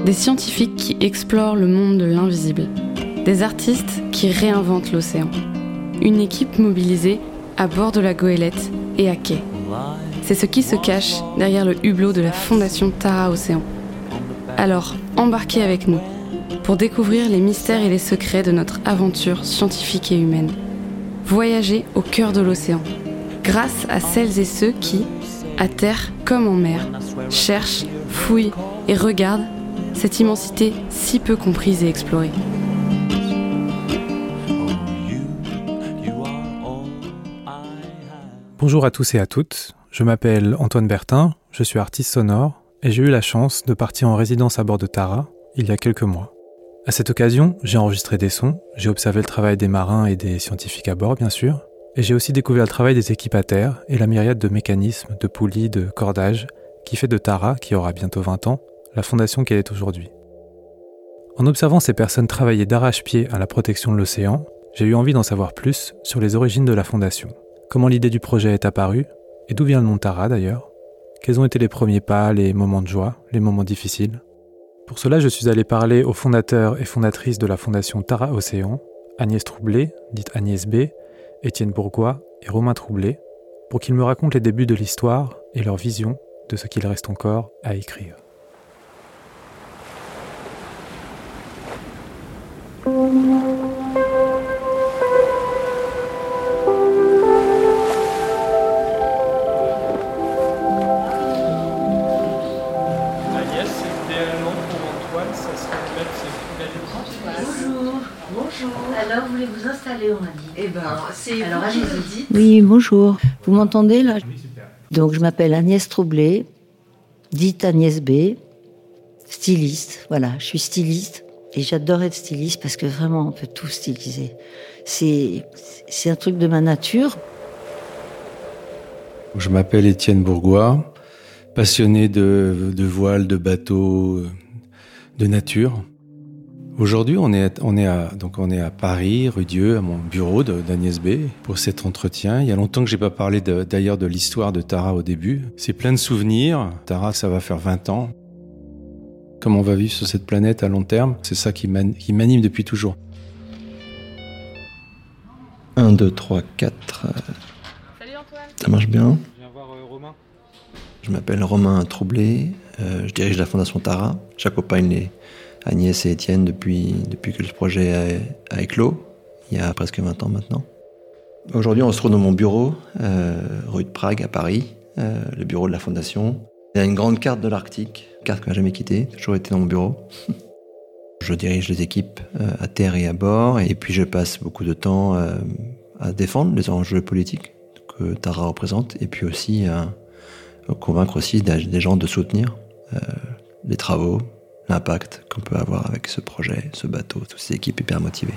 Des scientifiques qui explorent le monde de l'invisible. Des artistes qui réinventent l'océan. Une équipe mobilisée à bord de la goélette et à quai. C'est ce qui se cache derrière le hublot de la Fondation Tara Océan. Alors, embarquez avec nous pour découvrir les mystères et les secrets de notre aventure scientifique et humaine. Voyager au cœur de l'océan, grâce à celles et ceux qui, à terre comme en mer, cherchent, fouillent et regardent cette immensité si peu comprise et explorée. Bonjour à tous et à toutes, je m'appelle Antoine Bertin, je suis artiste sonore et j'ai eu la chance de partir en résidence à bord de Tara il y a quelques mois. À cette occasion, j'ai enregistré des sons, j'ai observé le travail des marins et des scientifiques à bord bien sûr, et j'ai aussi découvert le travail des équipes à terre et la myriade de mécanismes, de poulies, de cordages qui fait de Tara, qui aura bientôt 20 ans, la fondation qu'elle est aujourd'hui. En observant ces personnes travailler d'arrache-pied à la protection de l'océan, j'ai eu envie d'en savoir plus sur les origines de la fondation. Comment l'idée du projet est apparue, et d'où vient le nom Tara d'ailleurs. Quels ont été les premiers pas, les moments de joie, les moments difficiles. Pour cela, je suis allé parler aux fondateurs et fondatrices de la fondation Tara Océan, Agnès Troublé, dite Agnès B, Étienne Bourgois et Romain Troublé, pour qu'ils me racontent les débuts de l'histoire et leur vision de ce qu'il reste encore à écrire. Alors, vous voulez vous installer, on m'a dit. Eh ben, c'est alors allez-y. Oui, bonjour. Vous m'entendez là? Oui, super. Donc, je m'appelle Agnès Troublé, dite Agnès B, styliste. Voilà, je suis styliste et j'adore être styliste parce que vraiment, on peut tout styliser. C'est un truc de ma nature. Je m'appelle Étienne Bourgois, passionné de voile, de bateaux, de nature. Aujourd'hui, on est à Paris, rue Dieu, à mon bureau d'Agnès B, pour cet entretien. Il y a longtemps que j'ai pas parlé d'ailleurs de l'histoire de Tara au début. C'est plein de souvenirs. Tara, ça va faire 20 ans. Comment on va vivre sur cette planète à long terme, c'est ça qui m'anime depuis toujours. 1, 2, 3, 4. Salut Antoine. Ça marche bien. Je viens voir Romain. Je m'appelle Romain Troublé. Je dirige la Fondation Tara. J'accompagne les Agnès et Étienne depuis que le projet a éclos, il y a presque 20 ans maintenant. Aujourd'hui, on se trouve dans mon bureau, rue de Prague, à Paris, le bureau de la Fondation. Il y a une grande carte de l'Arctique, carte qui m'a jamais quittée, toujours été dans mon bureau. Je dirige les équipes à terre et à bord, et puis je passe beaucoup de temps à défendre les enjeux politiques que Tara représente, et puis aussi à convaincre aussi des gens de soutenir les travaux, l'impact qu'on peut avoir avec ce projet, ce bateau, toutes ces équipes hyper motivées.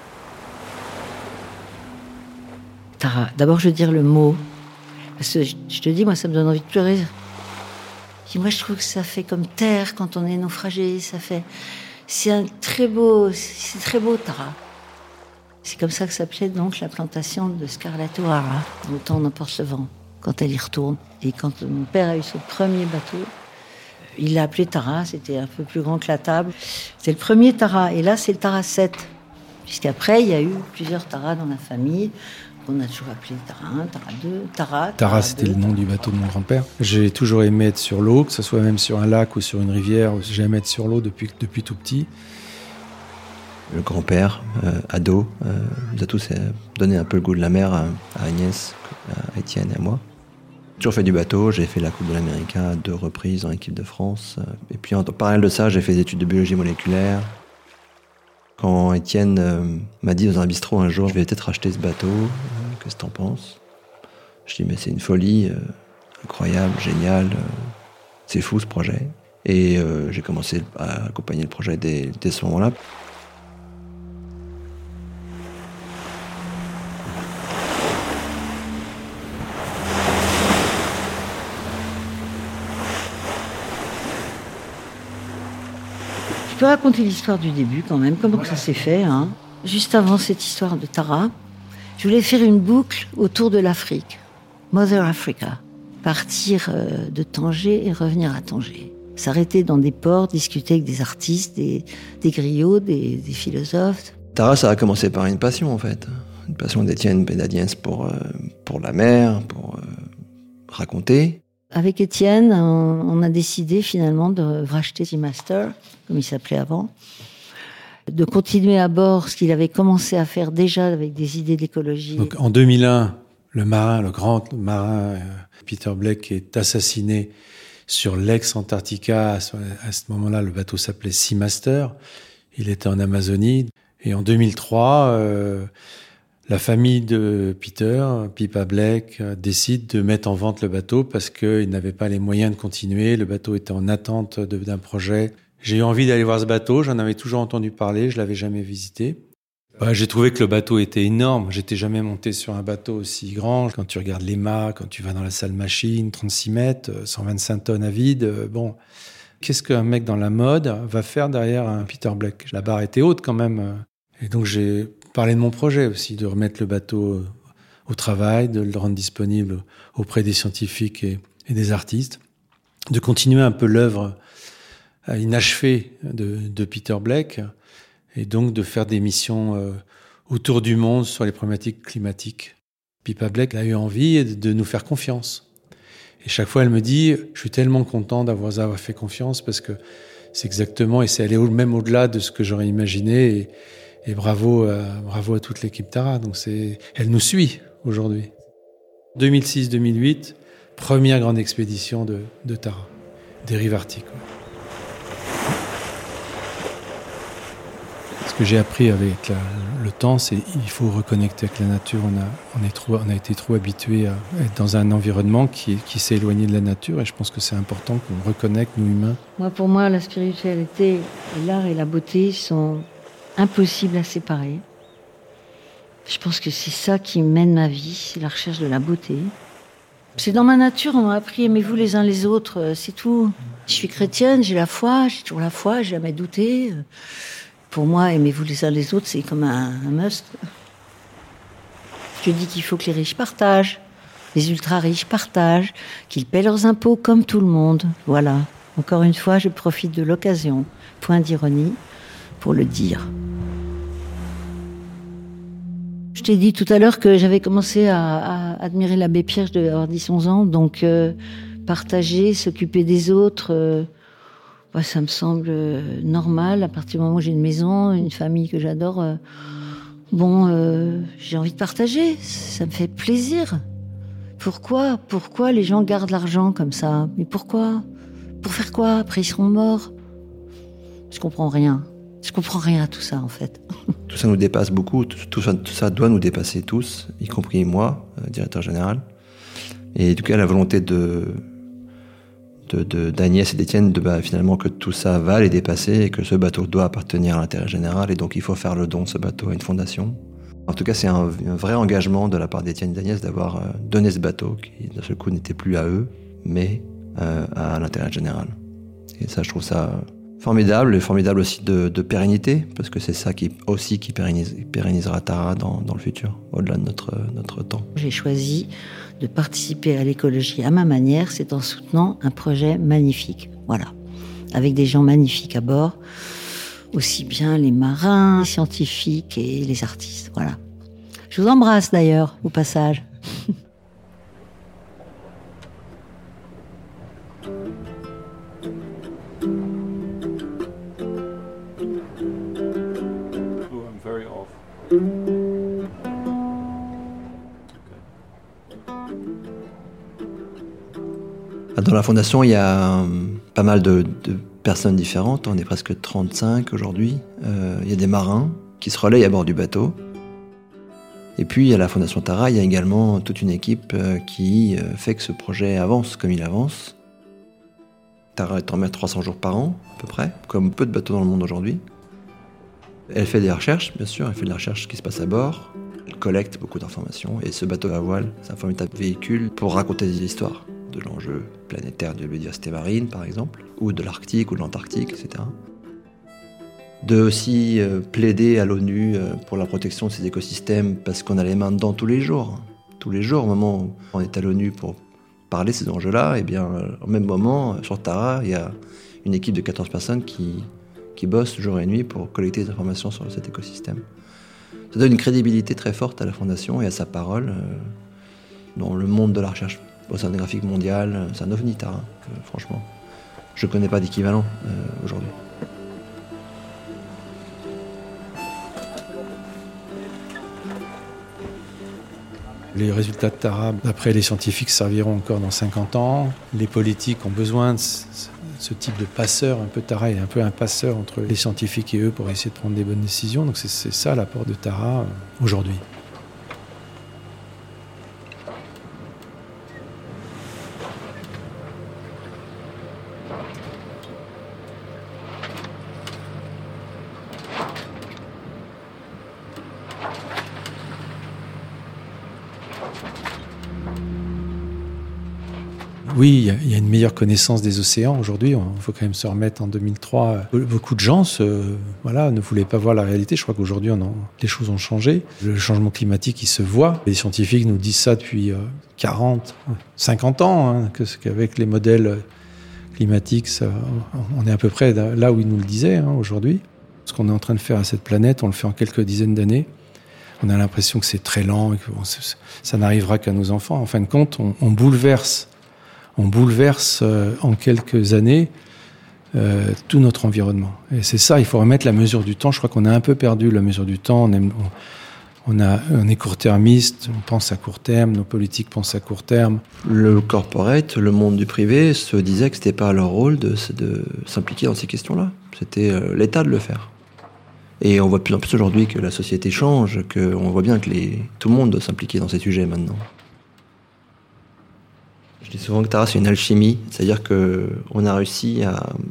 Tara, d'abord je veux dire le mot, parce que je te dis, moi ça me donne envie de pleurer. Moi je trouve que ça fait comme terre quand on est naufragé, c'est très beau Tara. C'est comme ça que s'appelait donc la plantation de Scarlett O'Hara, dans le temps n'emporte le vent, quand elle y retourne. Et quand mon père a eu son premier bateau, il l'a appelé Tara, c'était un peu plus grand que la table. C'est le premier Tara, et là c'est le Tara 7. Puisqu'après, il y a eu plusieurs Tara dans la famille, qu'on a toujours appelé Tara 1, Tara 2, Tara Tara, c'était 2. Le nom du bateau de mon grand-père. J'ai toujours aimé être sur l'eau, que ce soit même sur un lac ou sur une rivière, j'ai aimé être sur l'eau depuis tout petit. Le grand-père, ado, nous a tous donné un peu le goût de la mer à Agnès, à Étienne et à moi. J'ai toujours fait du bateau, j'ai fait la Coupe de l'Amérique à 2 reprises en équipe de France. Et puis en parallèle de ça, j'ai fait des études de biologie moléculaire. Quand Étienne m'a dit dans un bistrot un jour, je vais peut-être acheter ce bateau, qu'est-ce que t'en penses? Je dis mais c'est une folie, incroyable, génial, c'est fou ce projet. Et j'ai commencé à accompagner le projet dès ce moment-là. Je peux raconter l'histoire du début quand même, comment ça s'est fait. Juste avant cette histoire de Tara, je voulais faire une boucle autour de l'Afrique, Mother Africa. Partir de Tanger et revenir à Tanger. S'arrêter dans des ports, discuter avec des artistes, des griots, des philosophes. Tara, ça a commencé par une passion en fait. Une passion d'Étienne Pédadiens pour la mer, pour raconter. Avec Étienne, on a décidé finalement de racheter Seamaster, comme il s'appelait avant, de continuer à bord ce qu'il avait commencé à faire déjà avec des idées d'écologie. Donc en 2001, le grand marin Peter Blake est assassiné sur l'ex-Antarctica. À ce moment-là, le bateau s'appelait Seamaster. Il était en Amazonie. Et en 2003, la famille de Peter, Pippa Blake, décide de mettre en vente le bateau parce qu'ils n'avaient pas les moyens de continuer. Le bateau était en attente d'un projet. J'ai eu envie d'aller voir ce bateau. J'en avais toujours entendu parler. Je l'avais jamais visité. J'ai trouvé que le bateau était énorme. J'étais jamais monté sur un bateau aussi grand. Quand tu regardes les mâts, quand tu vas dans la salle machine, 36 mètres, 125 tonnes à vide, bon. Qu'est-ce qu'un mec dans la mode va faire derrière un Peter Blake? La barre était haute quand même. Et donc j'ai parlé de mon projet aussi, de remettre le bateau au travail, de le rendre disponible auprès des scientifiques et des artistes, de continuer un peu l'œuvre inachevée de Peter Blake, et donc de faire des missions autour du monde sur les problématiques climatiques. Pippa Blake a eu envie de nous faire confiance. Et chaque fois, elle me dit « Je suis tellement content d'avoir fait confiance parce que c'est exactement, et c'est allé même au-delà de ce que j'aurais imaginé. Et bravo à toute l'équipe Tara. Donc elle nous suit aujourd'hui. 2006-2008, première grande expédition de Tara, des rives arctiques. Ce que j'ai appris avec le temps, c'est qu'il faut reconnecter avec la nature. On a été trop habitués à être dans un environnement qui s'est éloigné de la nature, et je pense que c'est important qu'on reconnecte, nous humains. Pour moi, la spiritualité, l'art et la beauté sont impossibles à séparer. Je pense que c'est ça qui mène ma vie, c'est la recherche de la beauté. C'est dans ma nature, on m'a appris, aimez-vous les uns les autres, c'est tout. Je suis chrétienne, j'ai la foi, j'ai toujours la foi, j'ai jamais douté. Pour moi, aimez-vous les uns les autres, c'est comme un must. Je dis qu'il faut que les riches partagent, les ultra-riches partagent, qu'ils paient leurs impôts comme tout le monde. Voilà. Encore une fois, je profite de l'occasion, point d'ironie, pour le dire. Je t'ai dit tout à l'heure que j'avais commencé à admirer l'abbé Pierre, je devais avoir 10-11 ans, donc partager, s'occuper des autres... ça me semble normal. À partir du moment où j'ai une maison, une famille que j'adore, j'ai envie de partager. Ça me fait plaisir. Pourquoi les gens gardent l'argent comme ça? Mais pourquoi? Pour faire quoi? Après, ils seront morts. Je comprends rien. Je comprends rien à tout ça, en fait. Tout ça nous dépasse beaucoup. Tout ça doit nous dépasser tous, y compris moi, directeur général. Et du coup, la volonté d'Agnès et d'Étienne finalement que tout ça va les dépasser et que ce bateau doit appartenir à l'intérêt général, et donc il faut faire le don de ce bateau à une fondation. En tout cas, c'est un vrai engagement de la part d'Étienne et d'Agnès d'avoir donné ce bateau qui d'un seul coup n'était plus à eux mais à l'intérêt général. Et ça, je trouve ça formidable, et formidable aussi de pérennité, parce que c'est ça qui pérennisera Tara dans le futur, au-delà de notre temps. J'ai choisi de participer à l'écologie à ma manière, c'est en soutenant un projet magnifique, voilà, avec des gens magnifiques à bord, aussi bien les marins, les scientifiques et les artistes, voilà. Je vous embrasse d'ailleurs, au passage. Dans la fondation, il y a pas mal de personnes différentes. On est presque 35 aujourd'hui. Il y a des marins qui se relayent à bord du bateau. Et puis, à la Fondation Tara, il y a également toute une équipe qui fait que ce projet avance comme il avance. Tara est en mer 300 jours par an, à peu près, comme peu de bateaux dans le monde aujourd'hui. Elle fait des recherches, bien sûr. Elle fait de la recherche qui se passe à bord. Elle collecte beaucoup d'informations. Et ce bateau à voile, c'est un formidable véhicule pour raconter des histoires de l'enjeu planétaire de biodiversité marine, par exemple, ou de l'Arctique ou de l'Antarctique, etc. De aussi plaider à l'ONU pour la protection de ces écosystèmes, parce qu'on a les mains dedans tous les jours. Tous les jours, au moment où on est à l'ONU pour parler de ces enjeux-là, et bien, au même moment, sur Tara, il y a une équipe de 14 personnes qui bossent jour et nuit pour collecter des informations sur cet écosystème. Ça donne une crédibilité très forte à la Fondation et à sa parole dans le monde de la recherche océanographique mondiale. C'est un ovni, Tara, franchement. Je ne connais pas d'équivalent aujourd'hui. Les résultats de Tara, d'après les scientifiques, serviront encore dans 50 ans. Les politiques ont besoin de ce type de passeur. Un peu Tara est un peu un passeur entre les scientifiques et eux pour essayer de prendre des bonnes décisions. Donc c'est ça l'apport de Tara aujourd'hui. Oui, il y a une meilleure connaissance des océans aujourd'hui. Il faut quand même se remettre en 2003. Beaucoup de gens ne voulaient pas voir la réalité. Je crois qu'aujourd'hui, les choses ont changé. Le changement climatique, il se voit. Les scientifiques nous disent ça depuis 40, 50 ans, qu'avec les modèles climatiques, on est à peu près là où ils nous le disaient aujourd'hui. Ce qu'on est en train de faire à cette planète, on le fait en quelques dizaines d'années. On a l'impression que c'est très lent et que ça n'arrivera qu'à nos enfants. En fin de compte, on bouleverse en quelques années tout notre environnement. Et c'est ça, il faut remettre la mesure du temps. Je crois qu'on a un peu perdu la mesure du temps. On est court-termiste, on pense à court terme, nos politiques pensent à court terme. Le corporate, le monde du privé se disait que c'était pas leur rôle de s'impliquer dans ces questions-là. C'était l'État de le faire. Et on voit de plus en plus aujourd'hui que la société change, qu'on voit bien que tout le monde doit s'impliquer dans ces sujets maintenant. Je dis souvent que Tara, c'est une alchimie, c'est-à-dire qu'on a réussi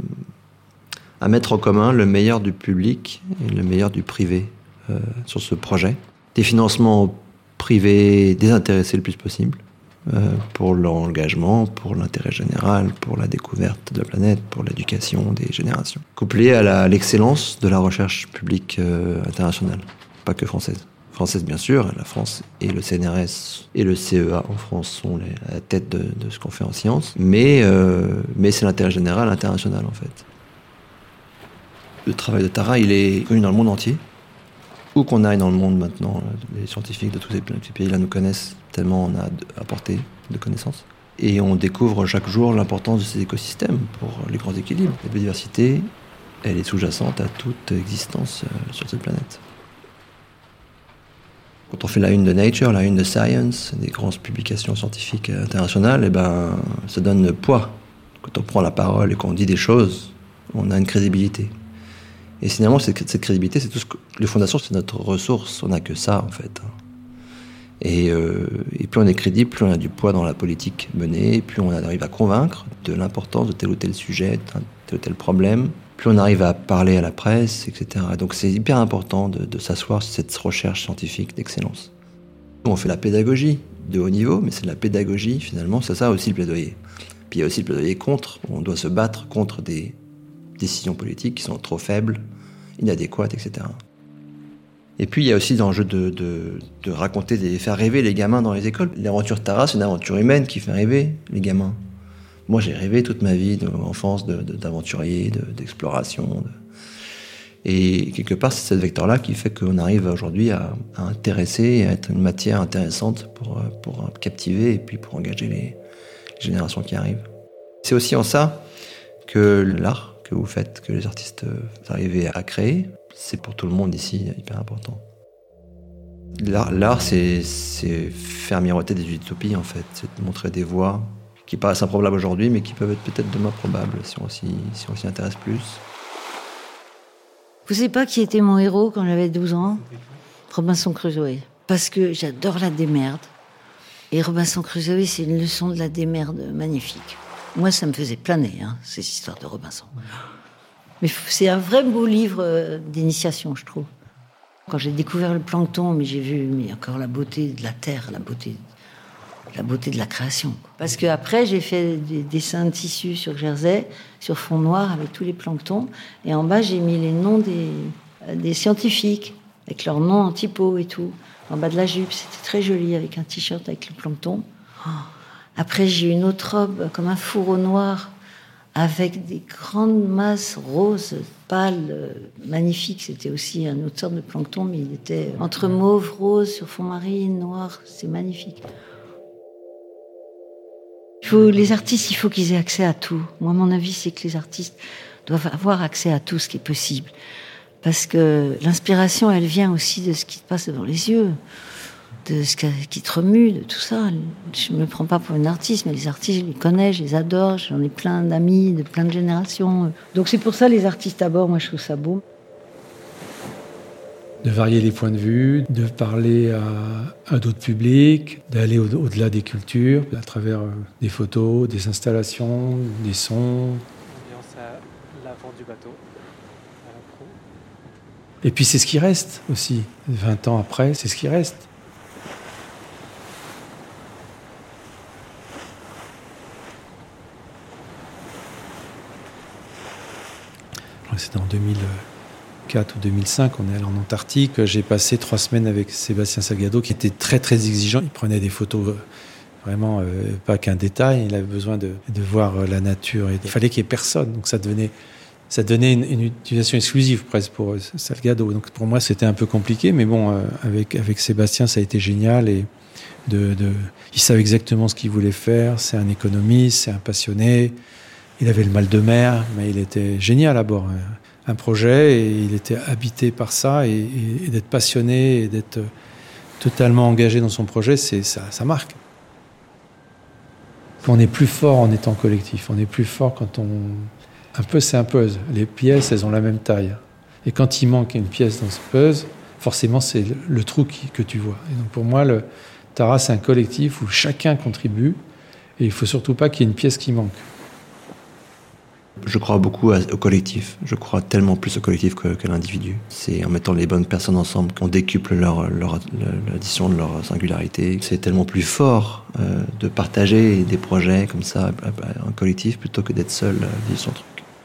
à mettre en commun le meilleur du public et le meilleur du privé sur ce projet. Des financements privés désintéressés le plus possible pour l'engagement, pour l'intérêt général, pour la découverte de la planète, pour l'éducation des générations. Couplé à l'excellence de la recherche publique internationale, pas que française. Française bien sûr, la France et le CNRS et le CEA en France sont à la tête de ce qu'on fait en sciences, mais c'est l'intérêt général international en fait. Le travail de Tara, il est connu dans le monde entier. Où qu'on aille dans le monde maintenant, les scientifiques de tous ces pays-là nous connaissent tellement on a apporté de connaissances. Et on découvre chaque jour l'importance de ces écosystèmes pour les grands équilibres. La biodiversité, elle est sous-jacente à toute existence sur cette planète. Quand on fait la une de Nature, la une de Science, des grandes publications scientifiques internationales, ça donne le poids. Quand on prend la parole et qu'on dit des choses, on a une crédibilité. Et finalement, cette crédibilité, c'est tout ce que les fondations, c'est notre ressource. On n'a que ça, en fait. Et plus on est crédible, plus on a du poids dans la politique menée, plus on arrive à convaincre de l'importance de tel ou tel sujet, de tel ou tel problème, plus on arrive à parler à la presse, etc. Donc c'est hyper important de s'asseoir sur cette recherche scientifique d'excellence. On fait la pédagogie de haut niveau, mais c'est de la pédagogie, finalement, c'est ça aussi le plaidoyer. Puis il y a aussi le plaidoyer contre, on doit se battre contre des décisions politiques qui sont trop faibles, inadéquates, etc. Et puis il y a aussi l'enjeu de raconter, faire rêver les gamins dans les écoles. L'aventure Tara, c'est une aventure humaine qui fait rêver les gamins. Moi, j'ai rêvé toute ma vie d'enfance d'aventurier, d'exploration. Et quelque part, c'est ce vecteur-là qui fait qu'on arrive aujourd'hui à intéresser et à être une matière intéressante pour captiver et puis pour engager les générations qui arrivent. C'est aussi en ça que l'art que vous faites, que les artistes arrivent à créer, c'est pour tout le monde ici hyper important. L'art, c'est faire miroiter des utopies, en fait. C'est de montrer des voies qui paraissent improbables aujourd'hui, mais qui peuvent être peut-être demain probables si on s'y intéresse plus. Vous savez pas qui était mon héros quand j'avais 12 ans ? Robinson Crusoe. Parce que j'adore la démerde. Et Robinson Crusoe, c'est une leçon de la démerde magnifique. Moi, ça me faisait planer, ces histoires de Robinson. Mais c'est un vrai beau livre d'initiation, je trouve. Quand j'ai découvert le plancton, j'ai vu encore la beauté de la terre, la beauté de la création. Parce qu'après, j'ai fait des dessins de tissu sur Jersey, sur fond noir, avec tous les planctons. Et en bas, j'ai mis les noms des scientifiques, avec leurs noms en typo et tout. En bas de la jupe, c'était très joli, avec un t-shirt avec le plancton. Oh. Après, j'ai une autre robe, comme un fourreau noir, avec des grandes masses roses, pâles, magnifiques. C'était aussi une autre sorte de plancton, mais il était entre mauve, rose, sur fond marine, noir. C'est magnifique. Les artistes, il faut qu'ils aient accès à tout. Moi, mon avis, c'est que les artistes doivent avoir accès à tout ce qui est possible. Parce que l'inspiration, elle vient aussi de ce qui te passe devant les yeux, de ce qui te remue, de tout ça. Je ne me prends pas pour une artiste, mais les artistes, je les connais, je les adore, j'en ai plein d'amis, de plein de générations. Donc c'est pour ça, les artistes à bord, moi, je trouve ça beau. De varier les points de vue, de parler à d'autres publics, d'aller au-delà des cultures, à travers des photos, des installations, des sons. Ambiance à l'avant du bateau, à la proue. Et puis c'est ce qui reste aussi. 20 ans après, c'est ce qui reste. C'était en 2004 ou 2005, on est allé en Antarctique. J'ai passé 3 semaines avec Sébastien Salgado, qui était très très exigeant. Il prenait des photos vraiment pas qu'un détail. Il avait besoin de voir la nature. Il fallait qu'il n'y ait personne. Donc ça donnait une utilisation exclusive presque pour Salgado. Donc pour moi c'était un peu compliqué, mais bon, avec Sébastien ça a été génial. Et il savait exactement ce qu'il voulait faire. C'est un économiste, c'est un passionné. Il avait le mal de mer, mais il était génial à bord. Un projet, et il était habité par ça, et d'être passionné et d'être totalement engagé dans son projet, ça marque. On est plus fort en étant collectif. On est plus fort quand on... Un puzzle, c'est un puzzle. Les pièces, elles ont la même taille. Et quand il manque une pièce dans ce puzzle, forcément, c'est le trou que tu vois. Et donc pour moi, le Tara, c'est un collectif où chacun contribue, et il ne faut surtout pas qu'il y ait une pièce qui manque. Je crois beaucoup au collectif. Je crois tellement plus au collectif que l'individu. C'est en mettant les bonnes personnes ensemble qu'on décuple l'addition de leur singularité. C'est tellement plus fort de partager des projets comme ça en collectif plutôt que d'être seul à vivre son truc.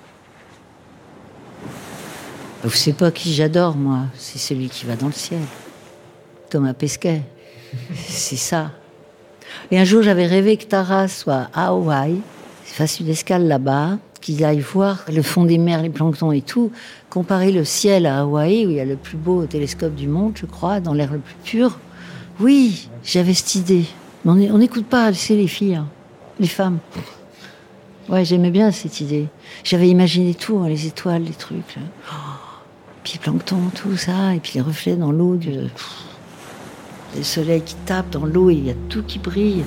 Vous savez pas qui j'adore, moi. C'est celui qui va dans le ciel. Thomas Pesquet. C'est ça. Et un jour, j'avais rêvé que Tara soit à Hawaï, fasse une escale là-bas, qu'ils aillent voir le fond des mers, les planctons et tout, comparer le ciel à Hawaï, où il y a le plus beau télescope du monde, je crois, dans l'air le plus pur. Oui, j'avais cette idée. Mais on n'écoute pas, c'est les filles, hein, les femmes. Ouais, j'aimais bien cette idée. J'avais imaginé tout, hein, les étoiles, les trucs. Oh, puis le plancton, tout ça, et puis les reflets dans l'eau, le soleil qui tape dans l'eau, et il y a tout qui brille.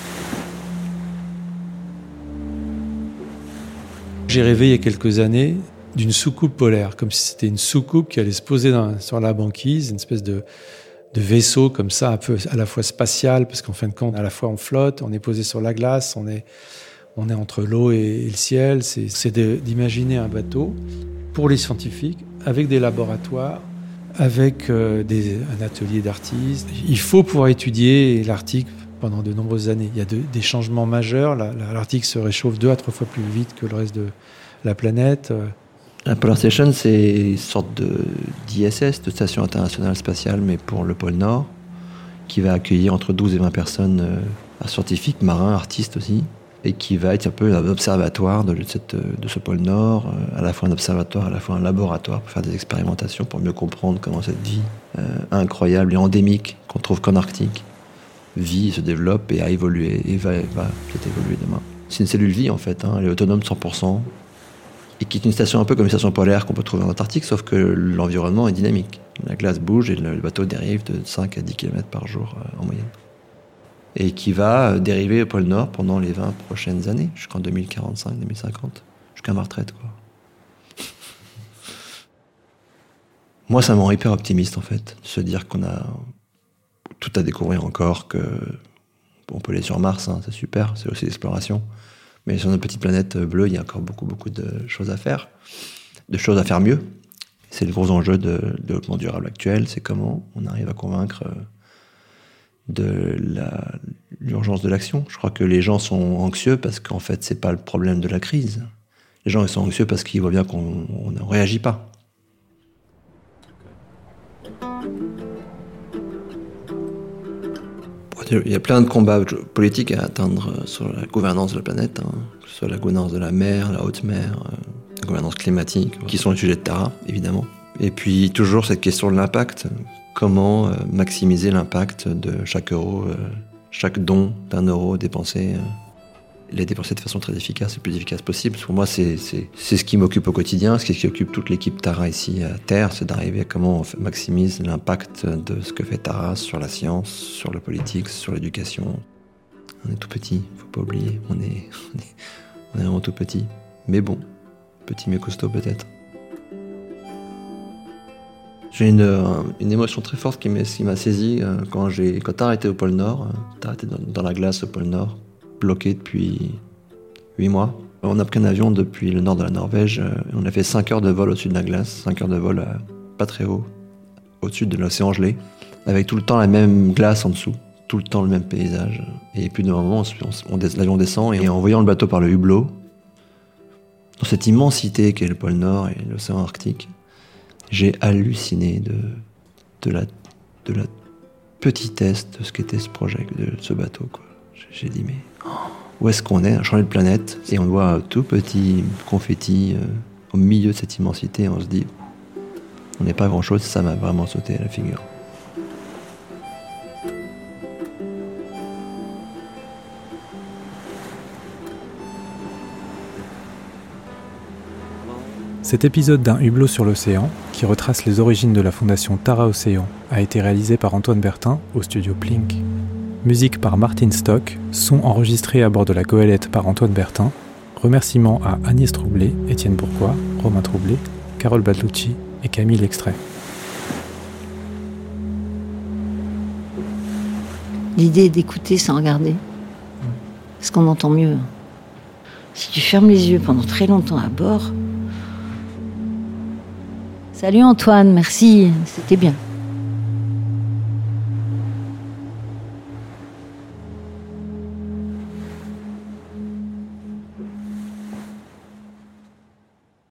J'ai rêvé il y a quelques années d'une soucoupe polaire, comme si c'était une soucoupe qui allait se poser sur la banquise, une espèce de vaisseau comme ça, un peu à la fois spatial, parce qu'en fin de compte, à la fois on flotte, on est posé sur la glace, on est entre l'eau et le ciel. C'est d'imaginer un bateau pour les scientifiques, avec des laboratoires, avec un atelier d'artistes. Il faut pouvoir étudier l'Arctique pendant de nombreuses années. Il y a des changements majeurs. L'Arctique se réchauffe 2 à 3 fois plus vite que le reste de la planète. La Polar Station, c'est une sorte d'ISS, de station internationale spatiale, mais pour le pôle Nord, qui va accueillir entre 12 et 20 personnes scientifiques, marins, artistes aussi, et qui va être un peu un observatoire de ce pôle Nord, à la fois un observatoire, à la fois un laboratoire pour faire des expérimentations, pour mieux comprendre comment cette vie incroyable et endémique qu'on trouve qu'en Arctique vit, se développe et a évolué, et va peut-être évoluer demain. C'est une cellule vie en fait, hein, elle est autonome 100%, et qui est une station un peu comme une station polaire qu'on peut trouver en Antarctique, sauf que l'environnement est dynamique. La glace bouge et le bateau dérive de 5 à 10 km par jour en moyenne. Et qui va dériver au pôle Nord pendant les 20 prochaines années, jusqu'en 2045, 2050, jusqu'à ma retraite, quoi. Moi, ça me rend hyper optimiste, en fait, de se dire qu'on a tout à découvrir encore, que on peut aller sur Mars, hein, c'est super, c'est aussi l'exploration. Mais sur notre petite planète bleue, il y a encore beaucoup, beaucoup de choses à faire, de choses à faire mieux. C'est le gros enjeu de développement durable actuel, c'est comment on arrive à convaincre de l'urgence de l'action. Je crois que les gens sont anxieux parce qu'en fait, c'est pas le problème de la crise. Les gens ils sont anxieux parce qu'ils voient bien qu'on ne réagit pas. Il y a plein de combats politiques à atteindre sur la gouvernance de la planète, que ce soit la gouvernance de la mer, la haute mer, la gouvernance climatique, qui sont les sujets de Tara, évidemment. Et puis toujours cette question de l'impact. Comment maximiser l'impact de chaque euro, chaque don d'un euro dépensé, les dépenser de façon très efficace, le plus efficace possible. Pour moi, c'est ce qui m'occupe au quotidien, ce qui occupe toute l'équipe Tara ici à Terre, c'est d'arriver à comment on maximise l'impact de ce que fait Tara sur la science, sur la politique, sur l'éducation. On est tout petit, faut pas oublier, on est vraiment tout petit. Mais bon, petit mais costaud peut-être. J'ai une émotion très forte qui m'a saisi quand Tara était au pôle Nord. Tara était dans la glace au pôle Nord, bloqué depuis 8 mois. On a pris un avion depuis le nord de la Norvège. On a fait 5 heures de vol au-dessus de la glace, 5 heures de vol pas très haut, au-dessus de l'océan gelé, avec tout le temps la même glace en dessous, tout le temps le même paysage. Et puis d'un moment, l'avion descend et en voyant le bateau par le hublot, dans cette immensité qu'est le pôle Nord et l'océan Arctique, j'ai halluciné de la petitesse de ce qu'était ce projet, de ce bateau, quoi. J'ai dit, mais où est-ce qu'on est? On a changé de planète et on voit un tout petit confetti au milieu de cette immensité. On se dit, on n'est pas grand-chose. Ça m'a vraiment sauté à la figure. Cet épisode d'un hublot sur l'océan, qui retrace les origines de la fondation Tara Océan, a été réalisé par Antoine Bertin au studio Plink. Musique par Martin Stock, son enregistré à bord de la goélette par Antoine Bertin. Remerciements à Agnès Troublé, Étienne Bourgois, Romain Troublé, Carole Badlucci et Camille L'extrait. L'idée est d'écouter sans regarder, parce qu'on entend mieux. Si tu fermes les yeux pendant très longtemps à bord... Salut Antoine, merci, c'était bien.